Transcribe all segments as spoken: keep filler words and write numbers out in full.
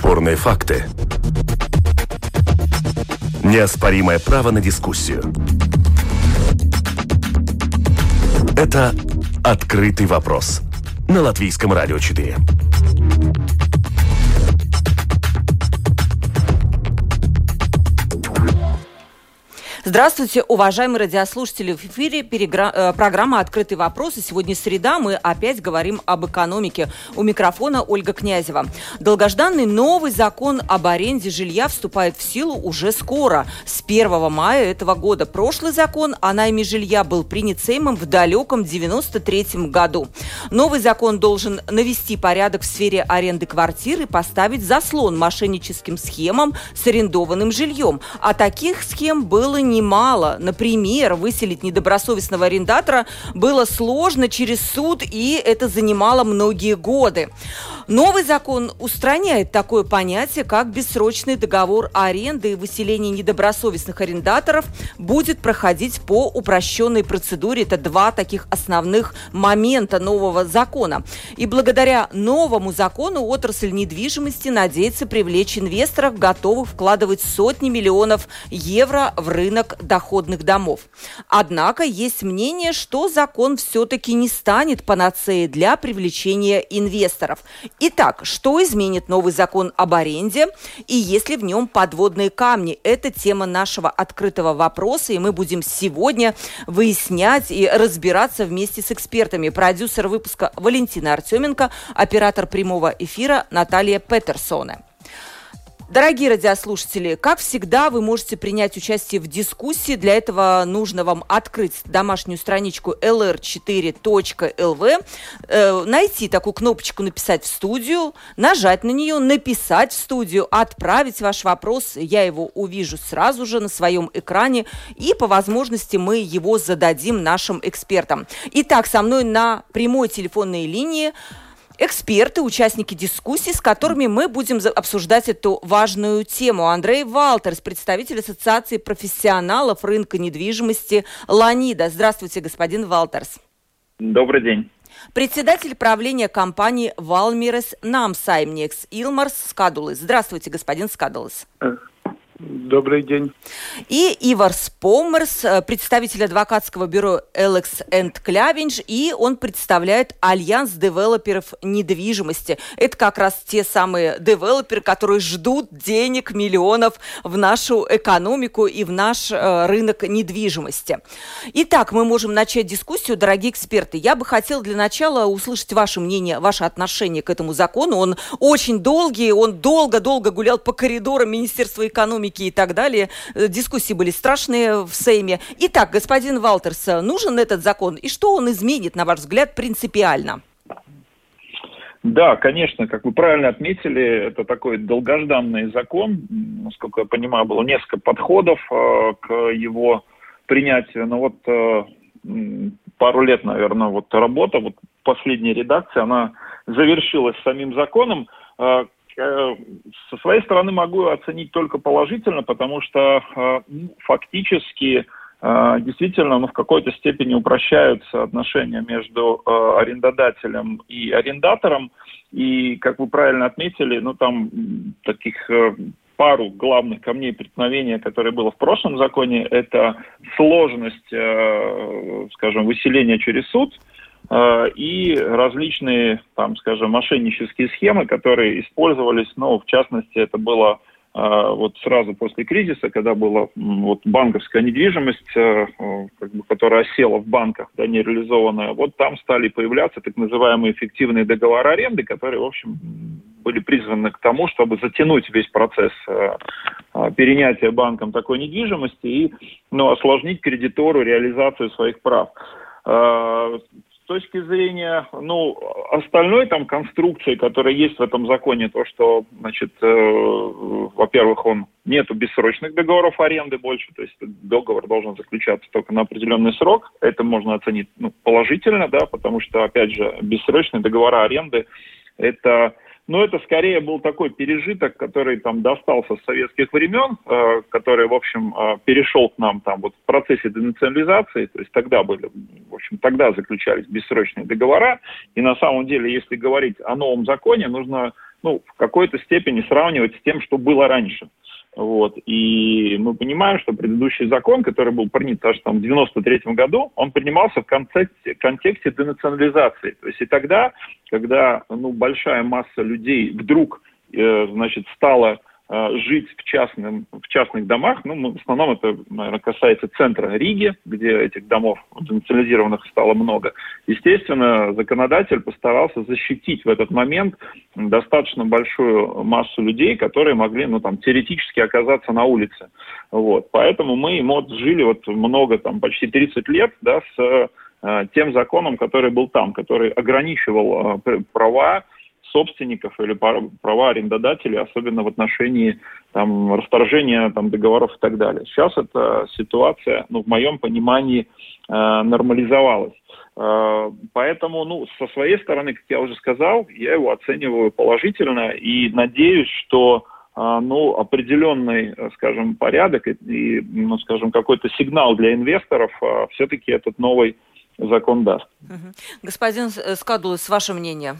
Бесспорные факты. Неоспоримое право на дискуссию. Это «Открытый вопрос» на Латвийском радио четыре. Здравствуйте, уважаемые радиослушатели. В эфире перегра... программа «Открытый вопрос». И сегодня среда, мы опять говорим об экономике. У микрофона Ольга Князева. Долгожданный новый закон об аренде жилья вступает в силу уже скоро, с первого мая этого года. Прошлый закон о найме жилья был принят Сеймом в далеком девяносто третьем году. Новый закон должен навести порядок в сфере аренды квартир и поставить заслон мошенническим схемам с арендованным жильем. А таких схем было не Немало. Например, выселить недобросовестного арендатора было сложно через суд, и это занимало многие годы. Новый закон устраняет такое понятие, как бессрочный договор аренды, и выселение недобросовестных арендаторов будет проходить по упрощенной процедуре. Это два таких основных момента нового закона. И благодаря новому закону отрасль недвижимости надеется привлечь инвесторов, готовых вкладывать сотни миллионов евро в рынок доходных домов. Однако есть мнение, что закон все-таки не станет панацеей для привлечения инвесторов. Итак, что изменит новый закон об аренде и есть ли в нем подводные камни? Это тема нашего открытого вопроса, и мы будем сегодня выяснять и разбираться вместе с экспертами. Продюсер выпуска Валентина Артеменко, оператор прямого эфира Наталья Петерсоне. Дорогие радиослушатели, как всегда, вы можете принять участие в дискуссии. Для этого нужно вам открыть домашнюю страничку эл эр четыре точка эл ви, э, найти такую кнопочку «Написать в студию», нажать на нее, написать в студию, отправить ваш вопрос. Я его увижу сразу же на своем экране, и по возможности мы его зададим нашим экспертам. Итак, со мной на прямой телефонной линии эксперты, участники дискуссии, с которыми мы будем обсуждать эту важную тему. Андрей Валтерс, представитель Ассоциации профессионалов рынка недвижимости «Ланида». Здравствуйте, господин Валтерс. Добрый день. Председатель правления компании «Валмирес Намсаймниекс» Илмарс Скадулис. Здравствуйте, господин Скадулис. Добрый день. И Иварс Померс, представитель адвокатского бюро Элекс энд Клявинж, и он представляет Альянс девелоперов недвижимости. Это как раз те самые девелоперы, которые ждут денег, миллионов в нашу экономику и в наш э, рынок недвижимости. Итак, мы можем начать дискуссию, дорогие эксперты. Я бы хотела для начала услышать ваше мнение, ваше отношение к этому закону. Он очень долгий, он долго-долго гулял по коридорам Министерства экономики и так далее. Дискуссии были страшные в Сейме. Итак, господин Валтерс, нужен этот закон? И что он изменит, на ваш взгляд, принципиально? Да, конечно, как вы правильно отметили, это такой долгожданный закон. Насколько я понимаю, было несколько подходов э, к его принятию. Но вот э, пару лет, наверное, вот работа, вот последняя редакция, она завершилась самим законом. Э, Со своей стороны могу оценить только положительно, потому что ну, фактически действительно ну, в какой-то степени упрощаются отношения между арендодателем и арендатором. И, как вы правильно отметили, ну там таких пару главных камней преткновения, которые было в прошлом законе, это сложность, скажем, выселения через суд, и различные, там, скажем, мошеннические схемы, которые использовались, ну, в частности, это было э, вот сразу после кризиса, когда была вот банковская недвижимость, э, как бы, которая осела в банках, да, нереализованная, вот там стали появляться так называемые фиктивные договоры аренды, которые, в общем, были призваны к тому, чтобы затянуть весь процесс э, перенятия банком такой недвижимости и, ну, осложнить кредитору реализацию своих прав. Э, С точки зрения, ну, остальной там конструкции, которая есть в этом законе, то, что, значит, э, во-первых, он нету бессрочных договоров аренды больше, то есть договор должен заключаться только на определенный срок. Это можно оценить, ну, положительно, да, потому что, опять же, бессрочные договора аренды это Но это скорее был такой пережиток, который там достался с советских времен, э, который, в общем, э, перешел к нам там вот в процессе денационализации. То есть тогда были, в общем, тогда заключались бессрочные договора. И на самом деле, если говорить о новом законе, нужно ну, в какой-то степени сравнивать с тем, что было раньше. Вот. И мы понимаем, что предыдущий закон, который был принят аж там в девяносто третьем году, он принимался в контексте, контексте денационализации. То есть и тогда, когда ну, большая масса людей вдруг э, значит, стала э, жить в, частным, в частных домах, ну, в основном это, наверное, касается центра Риги, где этих домов денационализированных стало много, естественно, законодатель постарался защитить в этот момент достаточно большую массу людей, которые могли, ну, там, теоретически оказаться на улице. Вот. Поэтому мы вот, жили вот много, там, почти тридцать лет, да, с э, тем законом, который был там, который ограничивал э, права собственников или права арендодателей, особенно в отношении там, расторжения там, договоров и так далее. Сейчас эта ситуация, ну, в моем понимании, э, нормализовалась. Э, поэтому, ну, со своей стороны, как я уже сказал, я его оцениваю положительно и надеюсь, что э, ну, определенный, скажем, порядок и, и ну, скажем, какой-то сигнал для инвесторов э, все-таки этот новый закон даст. Господин Скадулос, ваше мнение?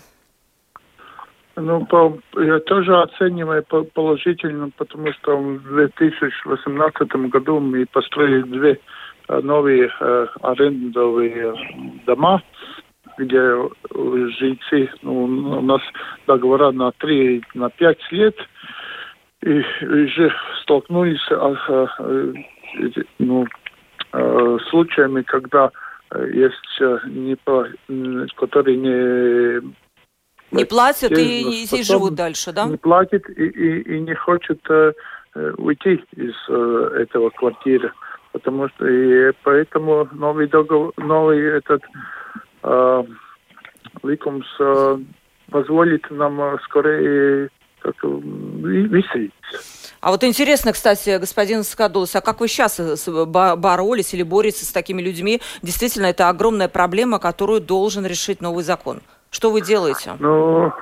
Ну, по, я тоже оцениваю положительно, потому что в две тысячи восемнадцатом году мы построили две новые э, арендовые дома, где жильцы, ну, у нас договора на три, на пять лет, и уже столкнулись э, э, ну, э, случаями, когда есть э, не по, которые не Не платят и, и, и живут дальше, да? Не платят и, и, и не хочет э, уйти из э, этого квартиры, потому что и поэтому новый договор, новый этот э, ликум э, позволит нам э, скорее как, выселить. А вот интересно, кстати, господин Скадулос, а как вы сейчас боролись или боретесь с такими людьми? Действительно, это огромная проблема, которую должен решить новый закон. Что вы делаете? Ну,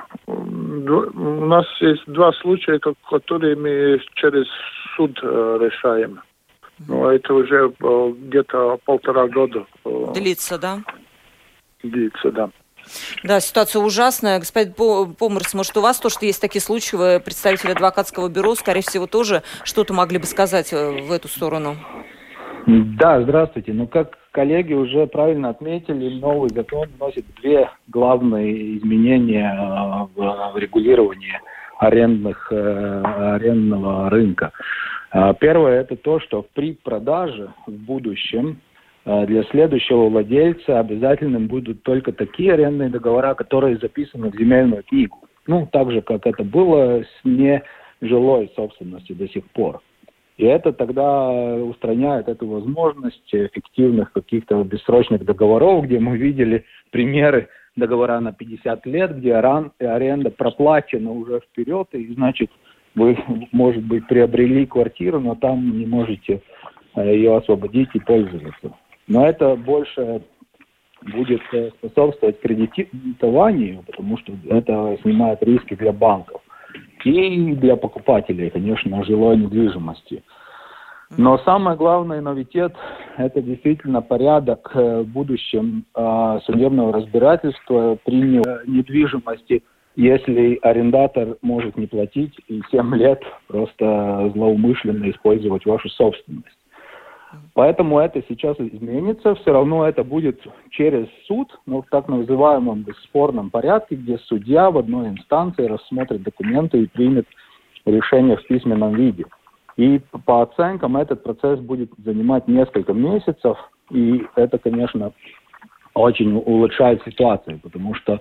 у нас есть два случая, которые мы через суд решаем. Но это уже где-то полтора года. Длится, да? Длится, да. Да, ситуация ужасная. Господин Поморс, может, у вас тоже есть такие случаи, вы представитель адвокатского бюро, скорее всего, тоже что-то могли бы сказать в эту сторону? Да, здравствуйте. Ну, как коллеги уже правильно отметили, новый закон вносит две главные изменения в регулировании арендных, арендного рынка. Первое – это то, что при продаже в будущем для следующего владельца обязательным будут только такие арендные договора, которые записаны в земельную книгу. Ну, так же, как это было с нежилой собственностью до сих пор. И это тогда устраняет эту возможность эффективных каких-то бессрочных договоров, где мы видели примеры договора на пятьдесят лет, где аренда проплачена уже вперед, и, значит, вы, может быть, приобрели квартиру, но там не можете ее освободить и пользоваться. Но это больше будет способствовать кредитованию, потому что это снимает риски для банков. И для покупателей, конечно, жилой недвижимости. Но самое главное новитет – это действительно порядок в будущем э, судебного разбирательства при недвижимости, если арендатор может не платить и семь лет просто злоумышленно использовать вашу собственность. Поэтому это сейчас изменится. Все равно это будет через суд, но в так называемом бесспорном порядке, где судья в одной инстанции рассмотрит документы и примет решение в письменном виде. И по оценкам этот процесс будет занимать несколько месяцев, и это, конечно, очень улучшает ситуацию, потому что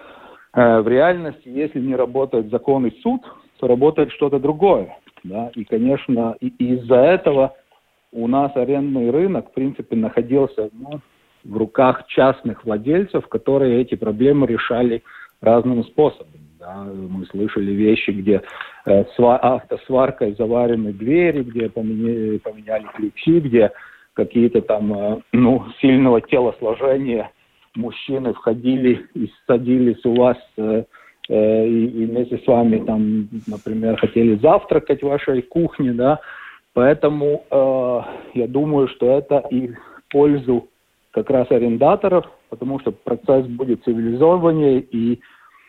э, в реальности, если не работает закон и суд, то работает что-то другое. Да? И, конечно, и, из-за этого у нас арендный рынок, в принципе, находился ну, в руках частных владельцев, которые эти проблемы решали разными способами. Да. Мы слышали вещи, где э, сва- автосваркой заварены двери, где поменяли, поменяли ключи, где какие-то там э, ну, сильного телосложения мужчины входили и садились у вас э, э, и, и вместе с вами, там, например, хотели завтракать в вашей кухне, да. Поэтому э, я думаю, что это и в пользу как раз арендаторов, потому что процесс будет цивилизованнее, и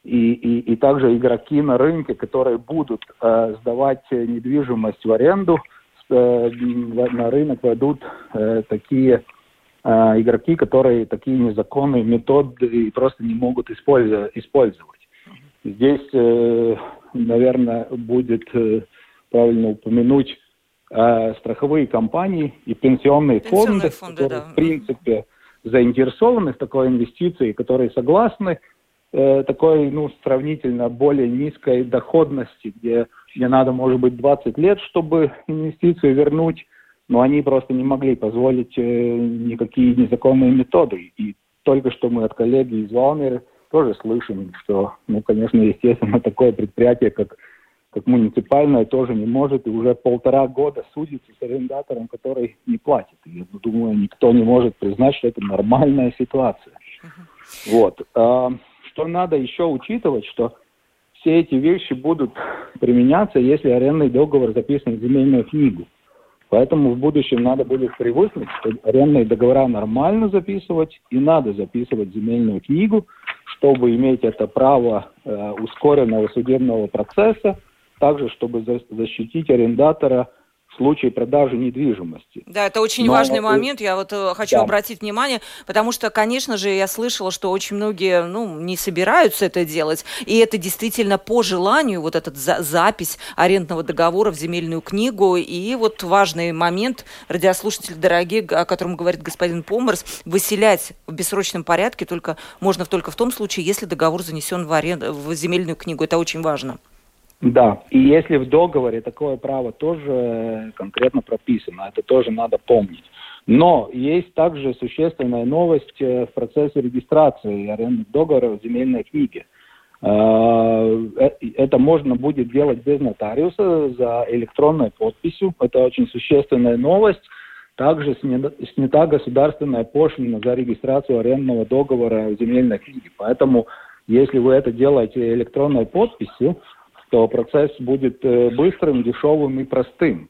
и, и, и также игроки на рынке, которые будут э, сдавать недвижимость в аренду, э, на рынок войдут э, такие э, игроки, которые такие незаконные методы просто не могут использовать. использовать. Здесь, э, наверное, будет э, правильно упомянуть э, страховые компании и пенсионные, пенсионные фонды, фонды, которые, да. в принципе, заинтересованы в такой инвестиции, которые согласны э, такой, ну, сравнительно более низкой доходности, где, где надо, может быть, двадцать лет, чтобы инвестицию вернуть, но они просто не могли позволить э, никакие незаконные методы. И только что мы от коллеги из Валмеры тоже слышим, что, ну, конечно, естественно, такое предприятие, как, как муниципальное, тоже не может, и уже полтора года судится с арендатором, который не платит. И, я думаю, никто не может признать, что это нормальная ситуация. Uh-huh. Вот. А, что надо еще учитывать, что все эти вещи будут применяться, если арендный договор записан в земельную книгу. Поэтому в будущем надо будет привыкнуть, что арендные договора нормально записывать, и надо записывать земельную книгу, чтобы иметь это право э, ускоренного судебного процесса, также чтобы за- защитить арендатора в случае продажи недвижимости. Да, это очень Но, важный момент, я вот э, хочу да. обратить внимание, потому что, конечно же, я слышала, что очень многие, ну, не собираются это делать, и это действительно по желанию, вот эта за- запись арендного договора в земельную книгу, и вот важный момент, радиослушатели дорогие, о котором говорит господин Поморс, выселять в бессрочном порядке только можно только в том случае, если договор занесен в, арен... в земельную книгу, это очень важно. Да, и если в договоре такое право тоже конкретно прописано, это тоже надо помнить. Но есть также существенная новость в процессе регистрации арендных договоров в земельной книге. Это можно будет делать без нотариуса, за электронной подписью. Это очень существенная новость. Также снята государственная пошлина за регистрацию арендного договора в земельной книге. Поэтому, если вы это делаете электронной подписью, то процесс будет быстрым, дешевым и простым.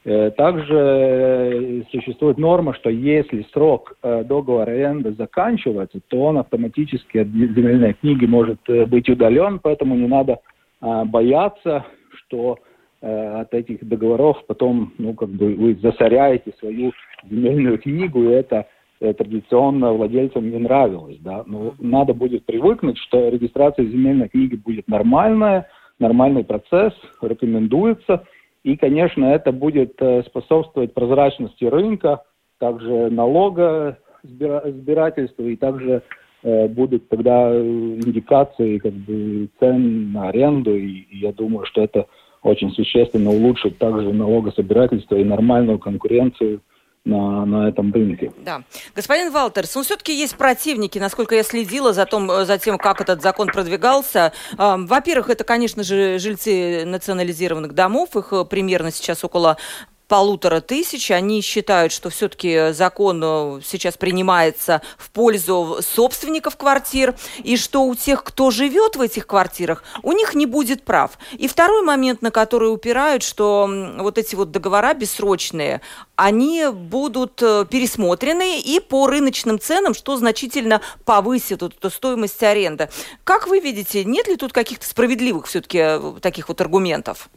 Также существует норма, что если срок договора аренды заканчивается, то он автоматически от земельной книги может быть удален, поэтому не надо бояться, что от этих договоров потом, ну, как бы вы засоряете свою земельную книгу, и это традиционно владельцам не нравилось, да. Но надо будет привыкнуть, что регистрация земельной книги будет нормальная, нормальный процесс, рекомендуется. И, конечно, это будет способствовать прозрачности рынка, также налогосбирательства, и также э, будут тогда индикации как бы, цен на аренду. И, и я думаю, что это очень существенно улучшит также налогосбирательство и нормальную конкуренцию на, на этом рынке. Да. Господин Валтерс, ну все-таки есть противники, насколько я следила за, том, за тем, как этот закон продвигался. Во-первых, это, конечно же, жильцы национализированных домов, их примерно сейчас около полутора тысяч. Они считают, что все-таки закон сейчас принимается в пользу собственников квартир, и что у тех, кто живет в этих квартирах, у них не будет прав. И второй момент, на который упирают, что вот эти вот договора бессрочные, они будут пересмотрены и по рыночным ценам, что значительно повысит вот эту стоимость аренды. Как вы видите, нет ли тут каких-то справедливых все-таки таких вот аргументов?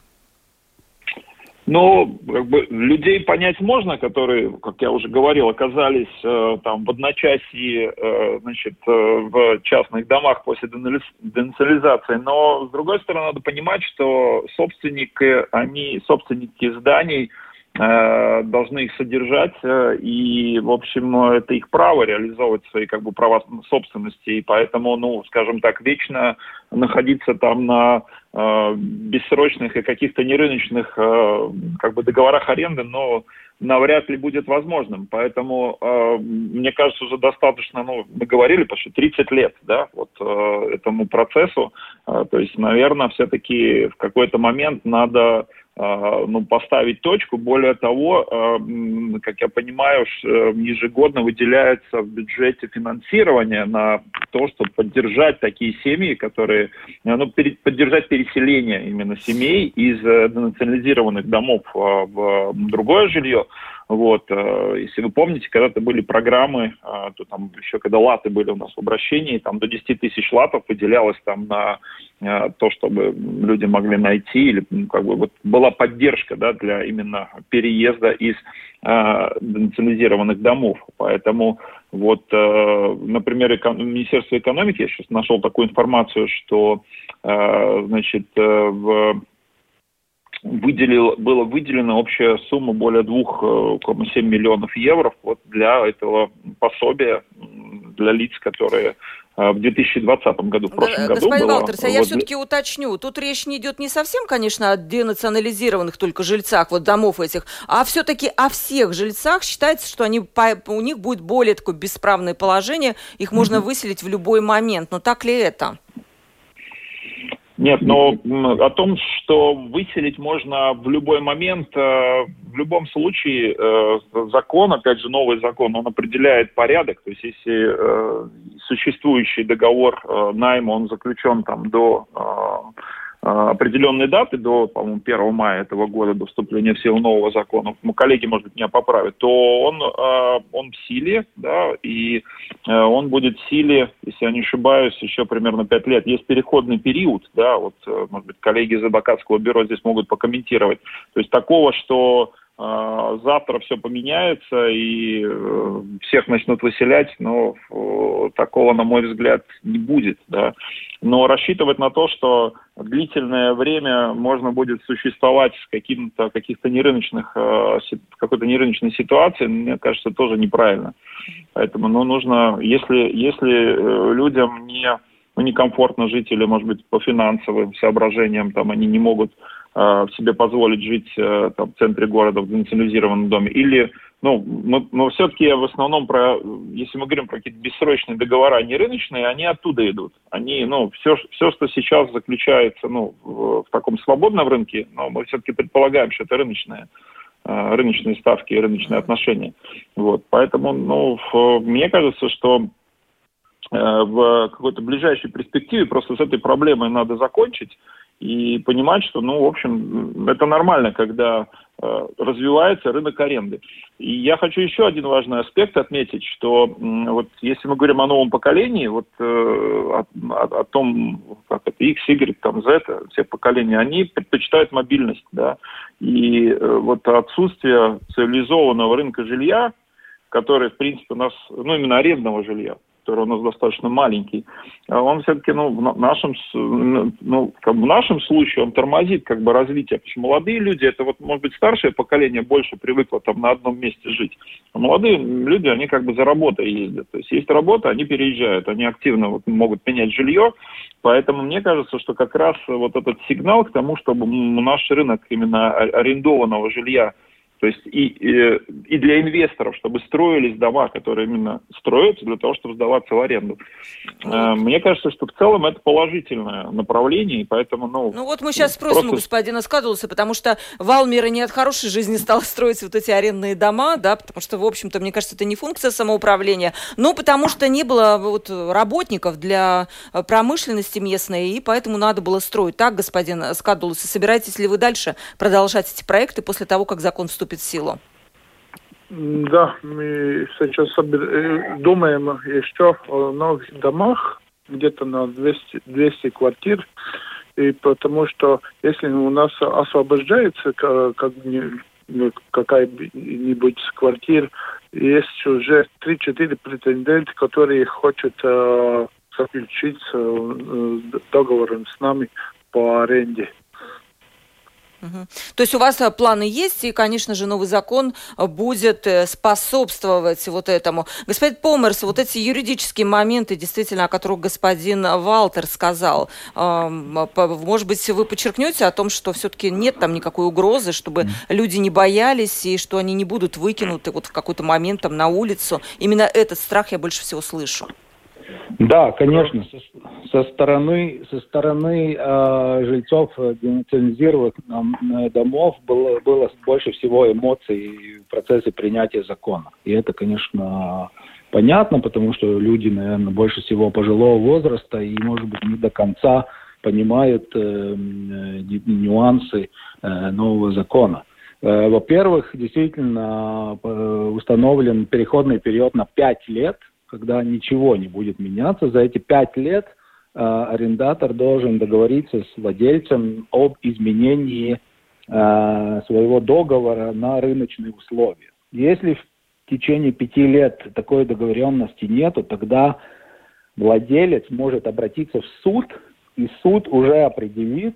Ну, как бы людей понять можно, которые, как я уже говорил, оказались э, там в одночасье, э, значит, э, в частных домах после денационализации. Но, с другой стороны, надо понимать, что собственники, они, собственники зданий э, должны их содержать, э, и, в общем, это их право реализовывать свои, как бы, права собственности. И поэтому, ну, скажем так, вечно находиться там на бессрочных и каких-то нерыночных как бы договорах аренды, но навряд ли будет возможным. Поэтому, мне кажется, уже достаточно, ну, мы говорили, почти тридцать лет, да, вот этому процессу. То есть, наверное, все-таки в какой-то момент надо ну, поставить точку. Более того, как я понимаю, ежегодно выделяется в бюджете финансирование на то, чтобы поддержать такие семьи, которые, ну, поддержать переселение именно семей из денационализированных домов в другое жилье. Вот, если вы помните, когда-то были программы, то там еще когда латы были у нас в обращении, там до десять тысяч латов выделялось там на то, чтобы люди могли найти, или ну, как бы вот была поддержка, да, для именно переезда из э, денационализированных домов. Поэтому вот, э, например, эко- Министерство экономики, я сейчас нашел такую информацию, что э, значит, э, в Выделил, было выделено общая сумма более два целых семь десятых миллионов евро вот для этого пособия для лиц, которые в две тысячи двадцатом году, в прошлом году Господин было... Валтерс, а я вот... все-таки уточню. Тут речь не идет не совсем, конечно, о денационализированных только жильцах вот домов этих, а все-таки о всех жильцах. Считается, что они, у них будет более такое бесправное положение, их можно mm-hmm. выселить в любой момент. Но так ли это? Нет, но о том, что выселить можно в любой момент, в любом случае закон, опять же, новый закон, он определяет порядок. То есть если существующий договор найма, он заключен там до определенной даты, до, по-моему, первого мая этого года, до вступления в силу нового закона, коллеги, может быть, меня поправят, то он, он в силе, да, и он будет в силе, если я не ошибаюсь, еще примерно пять лет. Есть переходный период, да, вот, может быть, коллеги из адвокатского бюро здесь могут покомментировать. То есть такого, что э, завтра все поменяется и э, всех начнут выселять, но э, такого, на мой взгляд, не будет, да. Но рассчитывать на то, что длительное время можно будет существовать с каким-то, каких-то нерыночных, э, какой-то нерыночной ситуации, мне кажется, тоже неправильно. Поэтому, ну, нужно, если, если людям не, ну, некомфортно жить или, может быть, по финансовым соображениям, там, они не могут э, себе позволить жить э, там, в центре города, в денационализированном доме, или, ну, но, но все-таки в основном про, если мы говорим про какие-то бессрочные договора нерыночные, они оттуда идут. Они, ну, все, все, что сейчас заключается, ну, в, в таком свободном рынке, но мы все-таки предполагаем, что это рыночные, э, рыночные ставки и рыночные отношения. Вот, поэтому, ну, в, мне кажется, что в какой-то ближайшей перспективе просто с этой проблемой надо закончить и понимать, что, ну, в общем, это нормально, когда э, развивается рынок аренды. И я хочу еще один важный аспект отметить, что э, вот если мы говорим о новом поколении, вот э, о, о, о том, как это X, Y, там, Z, все поколения, они предпочитают мобильность, да, и э, вот отсутствие цивилизованного рынка жилья, который, в принципе, у нас, ну, именно арендного жилья, который у нас достаточно маленький, он все-таки, ну, в нашем, ну, как бы в нашем случае он тормозит как бы развитие. Потому что молодые люди, это вот, может быть, старшее поколение больше привыкло там на одном месте жить. А молодые люди, они как бы за работой ездят. То есть есть работа, они переезжают, они активно вот могут менять жилье. Поэтому мне кажется, что как раз вот этот сигнал к тому, чтобы наш рынок именно арендованного жилья, то есть и, и, и для инвесторов, чтобы строились дома, которые именно строятся для того, чтобы сдаваться в аренду. Э, мне кажется, что в целом это положительное направление, и поэтому, ну... Ну вот мы сейчас спросим просто... у господина Скадулуса, потому что в Алмере не от хорошей жизни стало строить вот эти арендные дома, да, потому что, в общем-то, мне кажется, это не функция самоуправления, но потому что не было вот работников для промышленности местной, и поэтому надо было строить. Так, господин Скадулус, собираетесь ли вы дальше продолжать эти проекты после того, как закон вступит в силу? Да, мы сейчас думаем еще о новых домах, где-то на двести, двести квартир, и потому что если у нас освобождается как, какая-нибудь квартира, есть уже три-четыре претендента, которые хотят э, заключить э, договор с нами по аренде. Угу. То есть у вас планы есть, и, конечно же, новый закон будет способствовать вот этому. Господин Померс, вот эти юридические моменты, действительно, о которых господин Валтер сказал, может быть, вы подчеркнете о том, что все-таки нет там никакой угрозы, чтобы люди не боялись, и что они не будут выкинуты вот в какой-то момент там на улицу. Именно этот страх я больше всего слышу. Да, конечно, со, со стороны, со стороны э, жильцов денационализированных э, домов было, было больше всего эмоций в процессе принятия закона. И это, конечно, понятно, потому что люди, наверное, больше всего пожилого возраста и, может быть, не до конца понимают э, э, нюансы э, нового закона. Во-первых, действительно установлен переходный период на пять лет, когда ничего не будет меняться. За эти пять лет арендатор должен договориться с владельцем об изменении своего договора на рыночные условия. Если в течение пяти лет такой договоренности нет, тогда владелец может обратиться в суд, и суд уже определит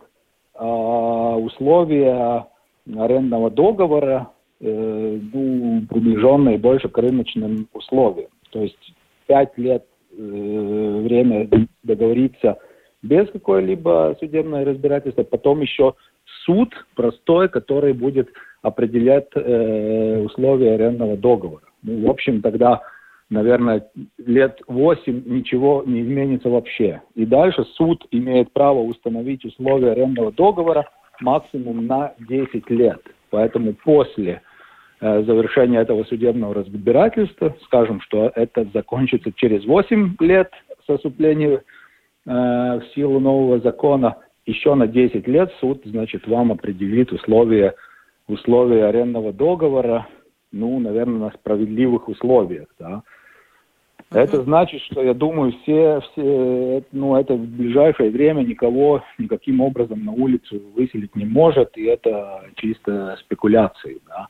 условия арендного договора, э, ну, приближенные больше к рыночным условиям. То есть пять лет э, время договориться без какой-либо судебного разбирательства, потом еще суд простой, который будет определять э, условия арендного договора. Ну, в общем, тогда, наверное, лет восемь ничего не изменится вообще. И дальше суд имеет право установить условия арендного договора максимум на десять лет. Поэтому после э, завершения этого судебного разбирательства, скажем, что это закончится через восемь лет со вступлением э, в силу нового закона, еще на десять лет суд, значит, вам определит условия, условия арендного договора, ну, наверное, на справедливых условиях, да. Это значит, что, я думаю, все, все, ну, это в ближайшее время никого никаким образом на улицу выселить не может, и это чисто спекуляции, да.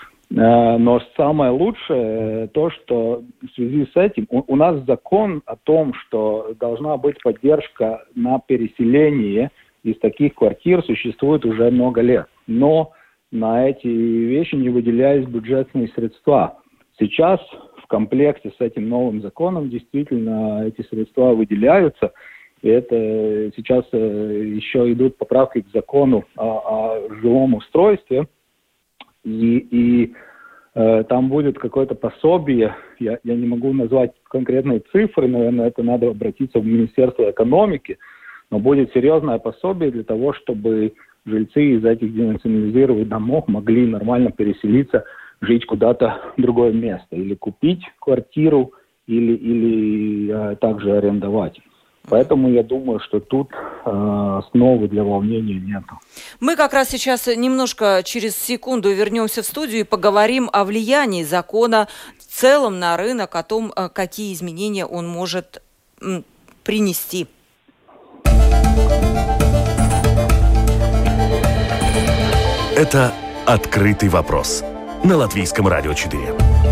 Но самое лучшее то, что в связи с этим у, у нас закон о том, что должна быть поддержка на переселение из таких квартир, существует уже много лет. Но на эти вещи не выделялись бюджетные средства. Сейчас в комплекте с этим новым законом действительно эти средства выделяются. И это сейчас еще идут поправки к закону о, о жилом устройстве. И, и э, там будет какое-то пособие. Я, я не могу назвать конкретные цифры, наверное, это надо обратиться в Министерство экономики. Но будет серьезное пособие для того, чтобы жильцы из этих денационализированных домов могли нормально переселиться, жить куда-то в другое место. Или купить квартиру, или, или э, также арендовать. Поэтому я думаю, что тут э, основы для волнения нет. Мы как раз сейчас немножко через секунду вернемся в студию и поговорим о влиянии закона в целом на рынок, о том, какие изменения он может м, принести. Это «Открытый вопрос» на Латвийском радио четыре.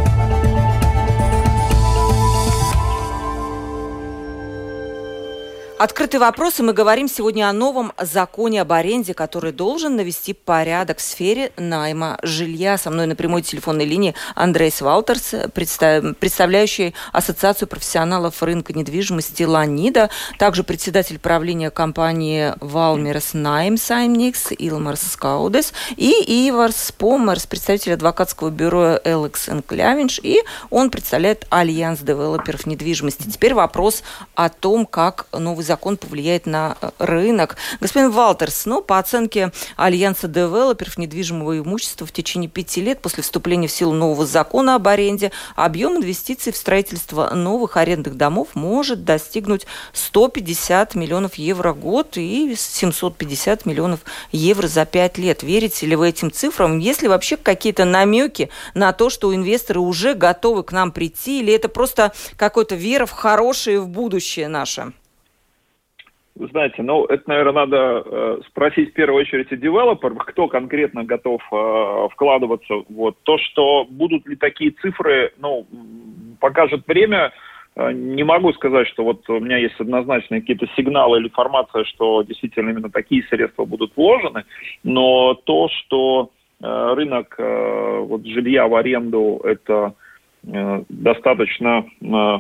Открытый вопрос, и мы говорим сегодня о новом законе об аренде, который должен навести порядок в сфере найма жилья. Со мной на прямой телефонной линии Андрейс Валтерс, представляющий Ассоциацию профессионалов рынка недвижимости Ланида, также председатель правления компании Valmiras Naimsaimnieks Илмарс Скаудес, и Иварс Померс, представитель адвокатского бюро Элекс Энклявинш, и он представляет Альянс девелоперов недвижимости. Теперь вопрос о том, как новый закон повлияет на рынок. Господин Валтерс, ну, по оценке Альянса девелоперов недвижимого имущества в течение пяти лет после вступления в силу нового закона об аренде объем инвестиций в строительство новых арендных домов может достигнуть сто пятьдесят миллионов евро в год и семьсот пятьдесят миллионов евро за пять лет. Верите ли вы этим цифрам? Есть ли вообще какие-то намеки на то, что инвесторы уже готовы к нам прийти, или это просто какая-то вера в хорошее, в будущее наше? Вы знаете, ну, это, наверное, надо э, спросить в первую очередь о девелоперах, кто конкретно готов э, вкладываться. Вот. То, что будут ли такие цифры, ну, покажет время. Э, не могу сказать, что вот у меня есть однозначные какие-то сигналы или информация, что действительно именно такие средства будут вложены. Но то, что э, рынок э, вот, жилья в аренду, это э, достаточно э,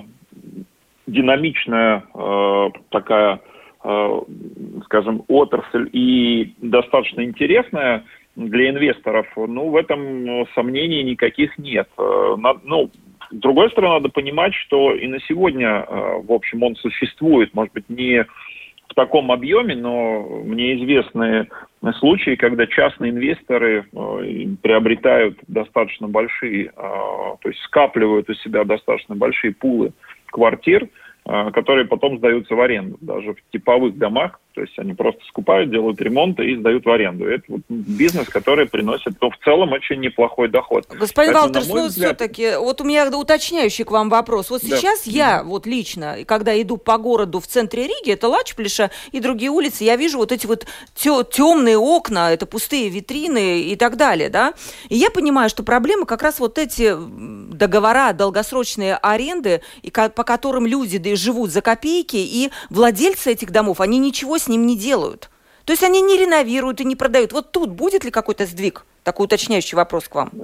динамичная э, такая, скажем, отрасль и достаточно интересная для инвесторов, ну, в этом сомнений никаких нет. Ну, с другой стороны, надо понимать, что и на сегодня, в общем, он существует, может быть, не в таком объеме, но мне известны случаи, когда частные инвесторы приобретают достаточно большие, то есть скапливают у себя достаточно большие пулы квартир, которые потом сдаются в аренду. Даже в типовых домах То есть они просто скупают, делают ремонт и сдают в аренду. Это вот бизнес, который приносит, ну, в целом, очень неплохой доход. Господин Валтерс, ну, взгляд... все-таки, вот у меня уточняющий к вам вопрос. Вот да. сейчас я, вот лично, когда иду по городу в центре Риги, это Лачплиша и другие улицы, я вижу вот эти вот темные окна, это пустые витрины и так далее, да? И я понимаю, что проблема как раз вот эти договора, долгосрочные аренды, и по которым люди живут за копейки, и владельцы этих домов, они ничего с ним не делают. То есть они не реновируют и не продают. Вот тут будет ли какой-то сдвиг? Такой уточняющий вопрос к вам.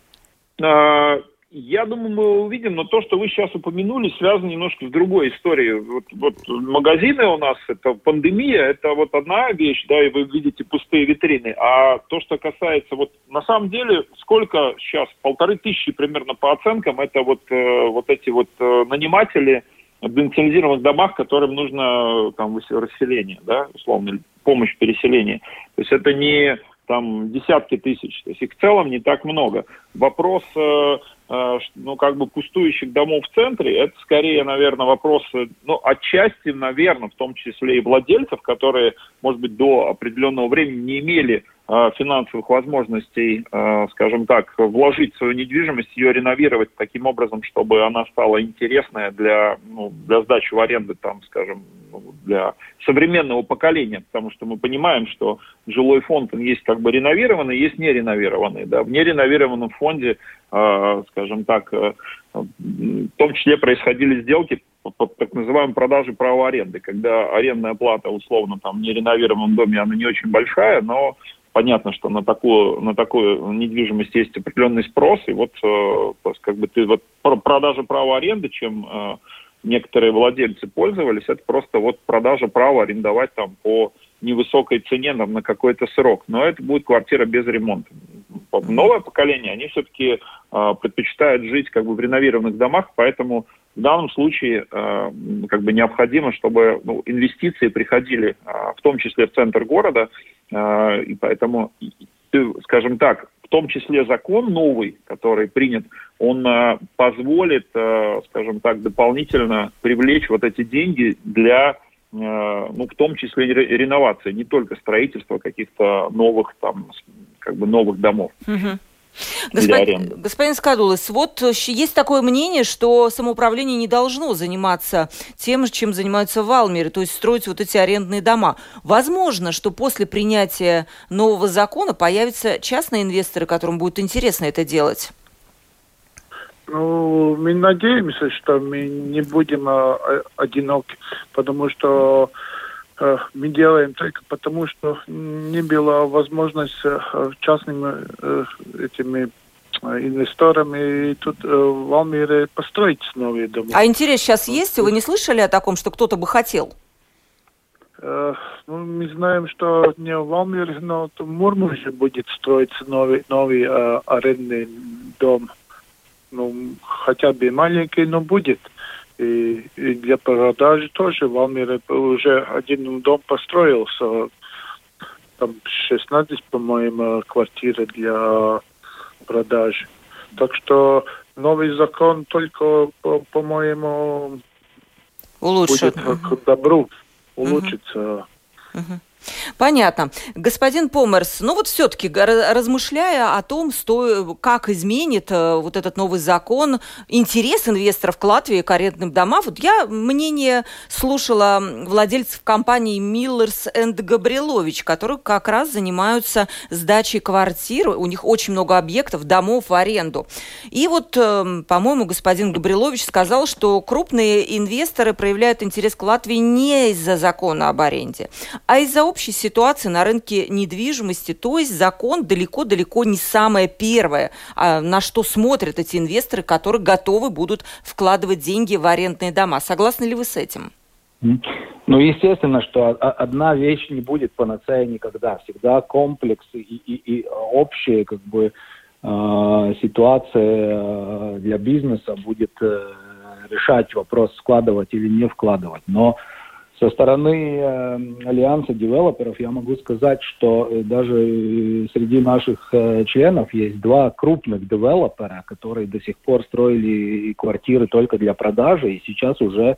Я думаю, мы увидим, но то, что вы сейчас упомянули, связано немножко с другой историей. Вот, вот магазины у нас, это пандемия, это вот одна вещь, да, и вы видите пустые витрины. А то, что касается, вот на самом деле, сколько сейчас, полторы тысячи примерно по оценкам, это вот, э, вот эти вот э, наниматели в дециализированных домах, которым нужно там расселение, да, условно, помощь в переселении. То есть это не там десятки тысяч, то есть их в целом не так много. Вопрос, э, э, ну, как бы пустующих домов в центре, это скорее, наверное, вопрос, ну, отчасти, наверное, в том числе и владельцев, которые, может быть, до определенного времени не имели э, финансовых возможностей, э, скажем так, вложить в свою недвижимость, ее реновировать таким образом, чтобы она стала интересная для, ну, для сдачи в аренду, там, скажем, для современного поколения, потому что мы понимаем, что жилой фонд, он есть как бы реновированный, есть нереновированный. Да. В нереновированном фонде, э, скажем так, э, в том числе происходили сделки по, по так называемой продаже права аренды, когда арендная плата, условно, там, в нереновированном доме, она не очень большая, но понятно, что на такую, на такую недвижимость есть определенный спрос, и вот э, как бы ты вот продажа права аренды, чем э, некоторые владельцы пользовались, это просто вот продажа права арендовать там по невысокой цене на, на какой-то срок. Но это будет квартира без ремонта. Новое поколение, они все-таки э, предпочитают жить как бы в реновированных домах, поэтому в данном случае э, как бы необходимо, чтобы, ну, инвестиции приходили, э, в том числе в центр города, э, и поэтому, скажем так, в том числе закон новый, который принят, он э, позволит, э, скажем так, дополнительно привлечь вот эти деньги для, э, ну, в том числе реновации, не только строительства каких-то новых, там, как бы новых домов. Угу. Господин, господин Скадулес, вот есть такое мнение, что самоуправление не должно заниматься тем, чем занимаются в Валмире, то есть строить вот эти арендные дома. Возможно, что после принятия нового закона появятся частные инвесторы, которым будет интересно это делать. Ну, мы надеемся, что мы не будем э, одиноки, потому что э, мы делаем только потому, что не было возможности э, частными э, этими э, инвесторами и тут э, в Валмире построить новые дома. А интерес сейчас есть? Вы не слышали о таком, что кто-то бы хотел? Э, ну, мы знаем, что не в Валмире, но в Мурманске будет строиться новый, новый э, арендный дом. Ну, хотя бы маленький, но будет. И, и для продажи тоже в Валмире уже один дом построился. Там шестнадцать, по-моему, квартир для продажи. Так что новый закон только, по- по-моему, улучшит. Будет к добру, улучшится. Угу. Понятно. Господин Померс, ну вот все-таки размышляя о том, что, как изменит вот этот новый закон интерес инвесторов к Латвии, к арендным домам, вот я мнение слушала владельцев компании Миллерс энд Габрилович, которые как раз занимаются сдачей квартир, у них очень много объектов, домов в аренду. И вот, по-моему, господин Габрилович сказал, что крупные инвесторы проявляют интерес к Латвии не из-за закона об аренде, а из-за общей ситуации на рынке недвижимости, то есть закон далеко-далеко не самое первое, на что смотрят эти инвесторы, которые готовы будут вкладывать деньги в арендные дома. Согласны ли вы с этим? Ну, естественно, что одна вещь не будет панацеей никогда. Всегда комплекс и, и, и общая, как бы, э, ситуация для бизнеса будет э, решать вопрос, вкладывать или не вкладывать. Но со стороны э, Альянса девелоперов я могу сказать, что э, даже среди наших э, членов есть два крупных девелопера, которые до сих пор строили квартиры только для продажи, и сейчас уже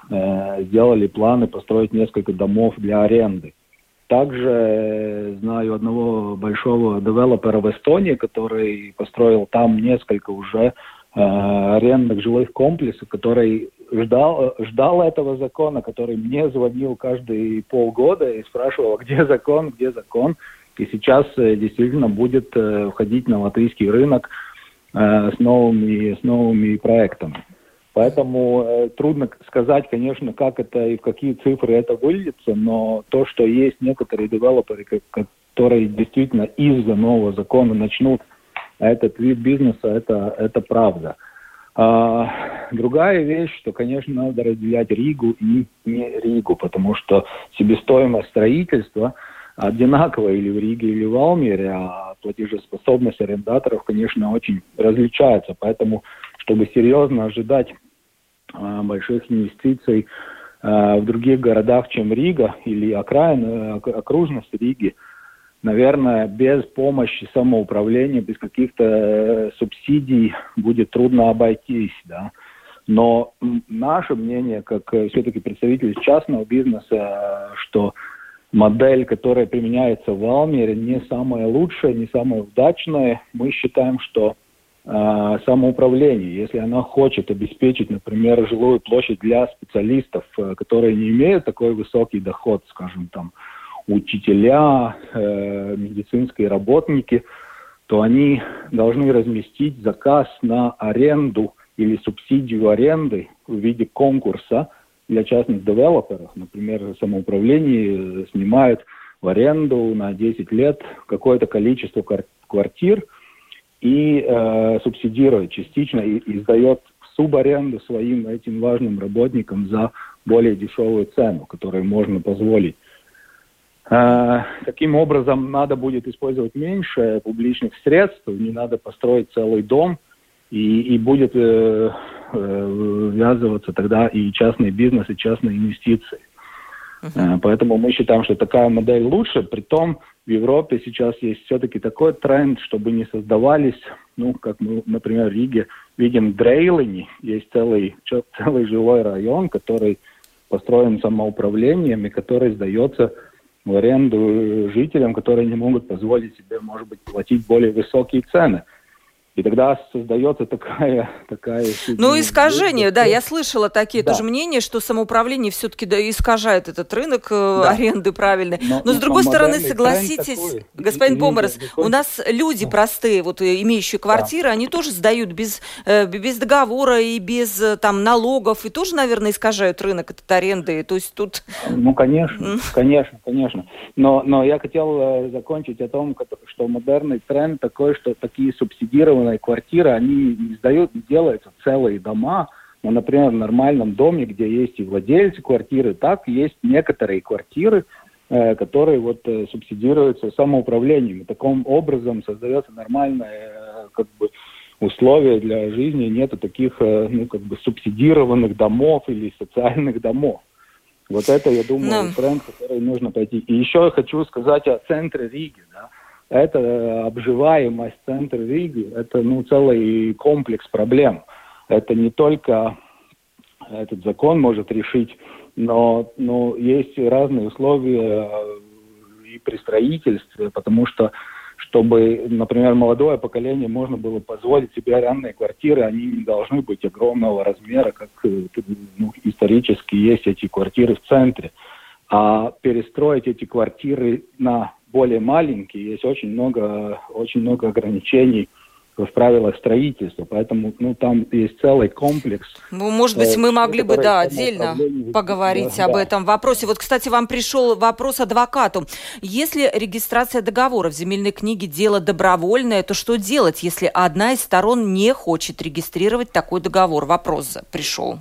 э, сделали планы построить несколько домов для аренды. Также э, знаю одного большого девелопера в Эстонии, который построил там несколько уже э, арендных жилых комплексов, который ждал, ждал этого закона, который мне звонил каждые полгода и спрашивал, где закон, где закон. И сейчас э, действительно будет э, входить на латвийский рынок э, с новыми, с новыми проектами. Поэтому э, трудно сказать, конечно, как это и в какие цифры это выльется, но то, что есть некоторые девелоперы, которые действительно из-за нового закона начнут этот вид бизнеса, это, это правда. А, другая вещь, что, конечно, надо разделять Ригу и не Ригу, потому что себестоимость строительства одинаковая или в Риге, или в Алмере, а платежеспособность арендаторов, конечно, очень различается. Поэтому, чтобы серьезно ожидать а, больших инвестиций а, в других городах, чем Рига, или окраин, окружность Риги, наверное, без помощи самоуправления, без каких-то э, субсидий будет трудно обойтись, да. Но наше мнение, как э, все-таки представители частного бизнеса, что модель, которая применяется в Алмере, не самая лучшая, не самая удачная. Мы считаем, что э, самоуправление, если оно хочет обеспечить, например, жилую площадь для специалистов, э, которые не имеют такой высокий доход, скажем, там, учителя, э, медицинские работники, то они должны разместить заказ на аренду или субсидию аренды в виде конкурса для частных девелоперов. Например, самоуправление снимает в аренду на десять лет какое-то количество квартир и э, субсидирует частично и, и сдает в субаренду своим этим важным работникам за более дешевую цену, которую можно позволить. Э, таким образом, надо будет использовать меньше публичных средств, не надо построить целый дом, и, и будет э, э, ввязываться тогда и частный бизнес, и частные инвестиции. Uh-huh. Э, поэтому мы считаем, что такая модель лучше. Притом в Европе сейчас есть все-таки такой тренд, чтобы не создавались, ну, как мы, например, в Риге видим Дрейлини, есть целый, целый жилой район, который построен самоуправлением и который сдается в аренду жителям, которые не могут позволить себе, может быть, платить более высокие цены. И тогда создается такая... такая ну, искажение, да, я слышала такие да. тоже мнения, что самоуправление все-таки да, искажает этот рынок да. аренды правильной. Но, но с другой стороны, согласитесь, такой, господин Поморос, у нас люди да. простые, вот имеющие квартиры, да. они тоже сдают без, без договора и без там налогов, и тоже, наверное, искажают рынок этот аренды. То есть тут... Ну, конечно, конечно, конечно. Но, но я хотел закончить о том, что модерный тренд такой, что такие субсидированные квартиры, они не сдают, не делаются целые дома. Ну, например, в нормальном доме, где есть и владельцы квартиры, так есть некоторые квартиры, э, которые вот э, субсидируются самоуправлением. И таким образом создается нормальное э, как бы условия для жизни. Нету таких э, ну, как бы субсидированных домов или социальных домов. Вот это, я думаю, no. тренд, который нужно пойти. И еще я хочу сказать о центре Риги, да. Это обживаемость центра Риги, это ну, целый комплекс проблем. Это не только этот закон может решить, но, но есть разные условия и при строительстве, потому что, чтобы, например, молодое поколение можно было позволить себе арендные квартиры, они не должны быть огромного размера, как ну, исторически есть эти квартиры в центре. А перестроить эти квартиры на более маленькие, есть очень много, очень много ограничений в правилах строительства, поэтому ну, там есть целый комплекс. Ну, может быть, мы могли бы, да, отдельно поговорить да, об да. этом вопросе. Вот, кстати, вам пришел вопрос адвокату. Если регистрация договора в земельной книге дело добровольное, то что делать, если одна из сторон не хочет регистрировать такой договор? Вопрос пришел.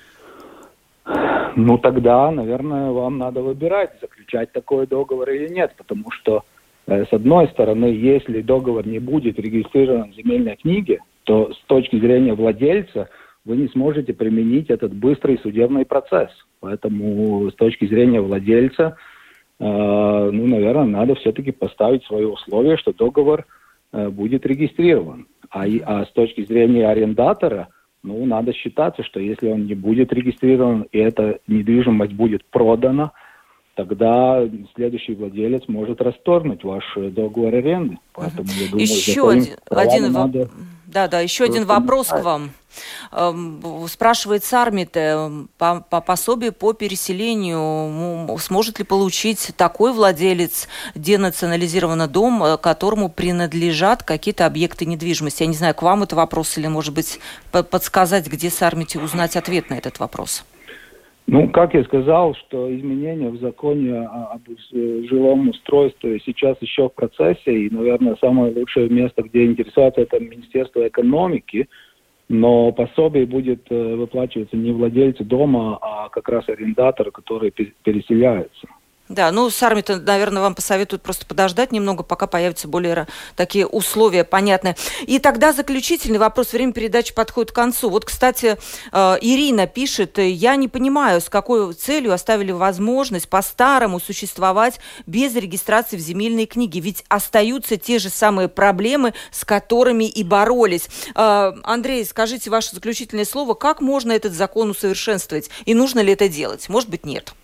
Ну, тогда, наверное, вам надо выбирать, заключать такой договор или нет, потому что, э, с одной стороны, если договор не будет регистрирован в земельной книге, то с точки зрения владельца вы не сможете применить этот быстрый судебный процесс. Поэтому с точки зрения владельца, э, ну, наверное, надо все-таки поставить свои условия, что договор э, будет регистрирован. А, а с точки зрения арендатора, ну, надо считаться, что если он не будет регистрирован, и эта недвижимость будет продана, тогда следующий владелец может расторгнуть ваш договор аренды. Поэтому, я думаю, еще один, один надо... Да, да, еще один вопрос к вам. Спрашивает Сармит, по, по пособию по переселению сможет ли получить такой владелец денационализированного дома, которому принадлежат какие-то объекты недвижимости? Я не знаю, к вам это вопрос или, может быть, подсказать, где Сармите узнать ответ на этот вопрос? Ну, как я сказал, что изменения в законе об жилом устройстве сейчас еще в процессе, и, наверное, самое лучшее место, где интересоваться, это Министерство экономики, но пособие будет выплачиваться не владельцу дома, а как раз арендатору, который переселяется. Да, ну, Сармит, наверное, вам посоветуют просто подождать немного, пока появятся более такие условия понятные. И тогда заключительный вопрос. Время передачи подходит к концу. Вот, кстати, Ирина пишет, я не понимаю, с какой целью оставили возможность по-старому существовать без регистрации в земельной книге. Ведь остаются те же самые проблемы, с которыми и боролись. Андрей, скажите ваше заключительное слово. Как можно этот закон усовершенствовать? И нужно ли это делать? Может быть, нет?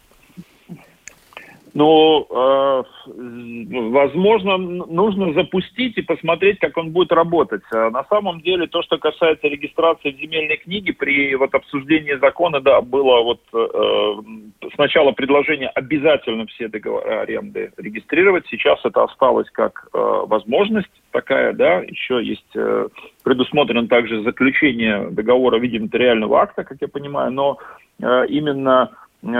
Ну, э, возможно, нужно запустить и посмотреть, как он будет работать. А на самом деле, то, что касается регистрации в земельной книге, при вот обсуждении закона, да, было вот э, сначала предложение обязательно все договоры аренды регистрировать. Сейчас это осталось как э, возможность такая, да. Еще есть э, предусмотрено также заключение договора в виде нотариального акта, как я понимаю, но э, именно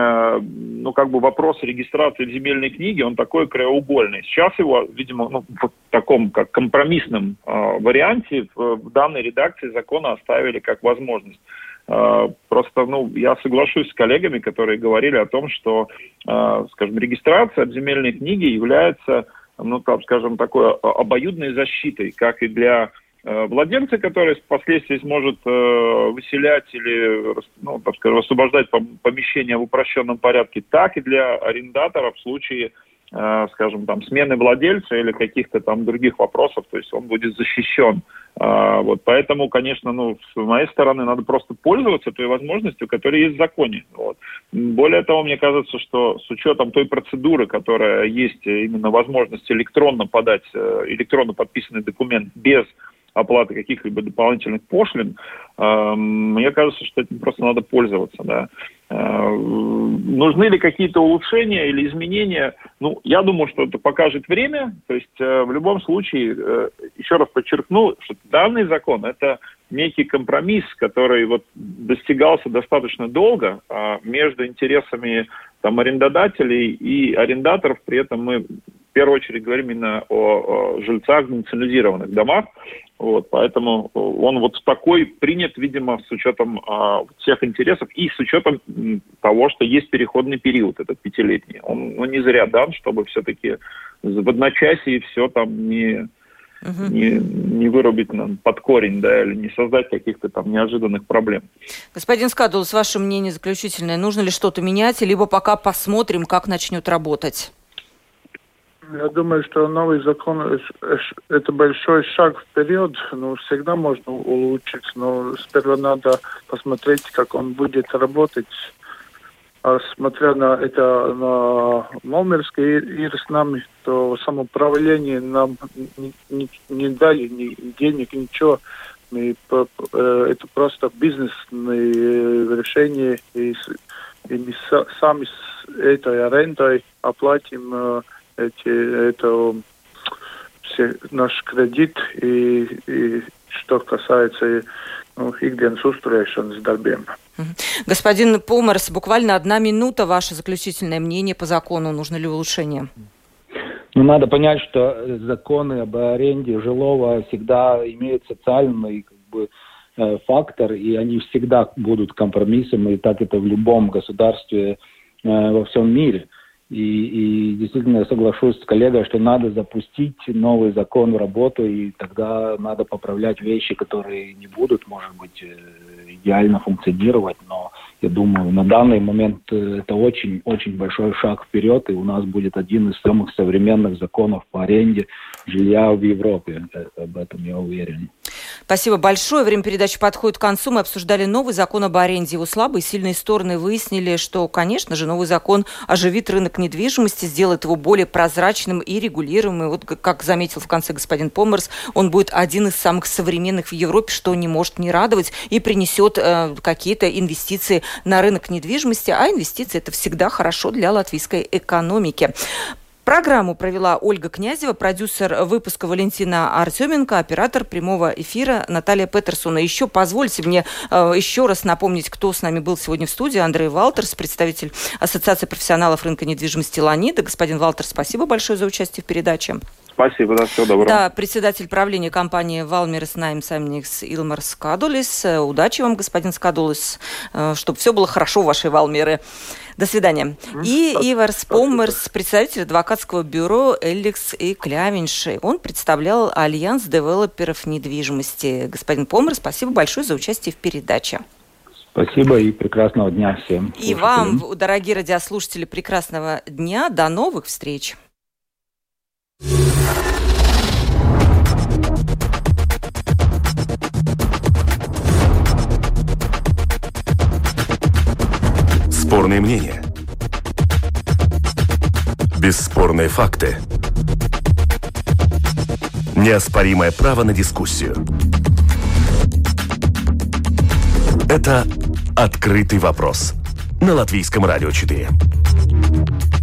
ну, как бы вопрос регистрации в земельной книге, он такой краеугольный. Сейчас его, видимо, ну, в таком как компромиссном э, варианте в, в данной редакции закона оставили как возможность. Э, просто, ну, я соглашусь с коллегами, которые говорили о том, что, э, скажем, регистрация в земельной книге является, ну, там, скажем, такой обоюдной защитой, как и для владельца, который впоследствии сможет э, выселять или, ну, так скажем, освобождать помещение в упрощенном порядке, так и для арендатора в случае, э, скажем, там, смены владельца или каких-то там других вопросов, то есть он будет защищен. Э, вот, поэтому, конечно, ну, с моей стороны надо просто пользоваться той возможностью, которая есть в законе. Вот. Более того, мне кажется, что с учетом той процедуры, которая есть, именно возможность электронно подать, э, электронно подписанный документ без оплаты каких-либо дополнительных пошлин, э, мне кажется, что этим просто надо пользоваться. Да. Э, нужны ли какие-то улучшения или изменения? Ну, я думаю, что это покажет время. То есть э, в любом случае, э, еще раз подчеркну, что данный закон – это некий компромисс, который вот достигался достаточно долго э, между интересами там, арендодателей и арендаторов. При этом мы в первую очередь говорим именно о, о жильцах в национализированных домах. Вот, поэтому он вот такой принят, видимо, с учетом а, всех интересов и с учетом м, того, что есть переходный период, этот пятилетний. Он ну, не зря дан, чтобы все-таки в одночасье все там не, угу. не, не вырубить нам под корень, да, или не создать каких-то там неожиданных проблем. Господин Скадулос, ваше мнение заключительное, нужно ли что-то менять, либо пока посмотрим, как начнет работать? Я думаю, что новый закон – это большой шаг вперед, но всегда можно улучшить, но сперва надо посмотреть, как он будет работать. А смотря на это, на Малмерское и с нами, то самоуправление нам не, не, не дали ни денег, ничего. Мы, это просто бизнесные решения, и, и мы сами с этой арендой оплатим эти, это все, наш кредит и, и что касается ну, ikdienas uzturēšanas darbiem. Господин Померс, буквально одна минута, ваше заключительное мнение по закону. Нужно ли улучшение? Ну, надо понять, что законы об аренде жилого всегда имеют социальный как бы, э, фактор, и они всегда будут компромиссом, и так это в любом государстве э, во всем мире. И, и действительно я соглашусь с коллегой, что надо запустить новый закон в работу, и тогда надо поправлять вещи, которые не будут, может быть, идеально функционировать. Но я думаю, на данный момент это очень-очень большой шаг вперед, и у нас будет один из самых современных законов по аренде жилья в Европе. Об этом я уверен. Спасибо большое. Время передачи подходит к концу. Мы обсуждали новый закон об аренде. Его слабые и сильные стороны. Выяснили, что, конечно же, новый закон оживит рынок недвижимости, сделает его более прозрачным и регулируемым. Вот, как заметил в конце господин Померс, он будет один из самых современных в Европе, что не может не радовать, и принесет э, какие-то инвестиции на рынок недвижимости. А инвестиции – это всегда хорошо для латвийской экономики. Программу провела Ольга Князева, продюсер выпуска Валентина Артеменко, оператор прямого эфира Наталья Петерсона. Еще позвольте мне э, еще раз напомнить, кто с нами был сегодня в студии. Андрей Валтерс, представитель Ассоциации профессионалов рынка недвижимости «Ланида». Господин Валтерс, спасибо большое за участие в передаче. Спасибо, да, всего доброго. Да, председатель правления компании «Валмерес Найм Самникс» Илмар Скадулис. Удачи вам, господин Скадулис, чтобы все было хорошо в вашей Валмере. До свидания. И Иварс Померс, представитель адвокатского бюро «Элликс и Клявинши». Он представлял Альянс девелоперов недвижимости. Господин Померс, спасибо большое за участие в передаче. Спасибо и прекрасного дня всем. И вам, дорогие радиослушатели, прекрасного дня. До новых встреч. Спорные мнения. Бесспорные факты. Неоспоримое право на дискуссию. Это «Открытый вопрос» на Латвийском радио четыре.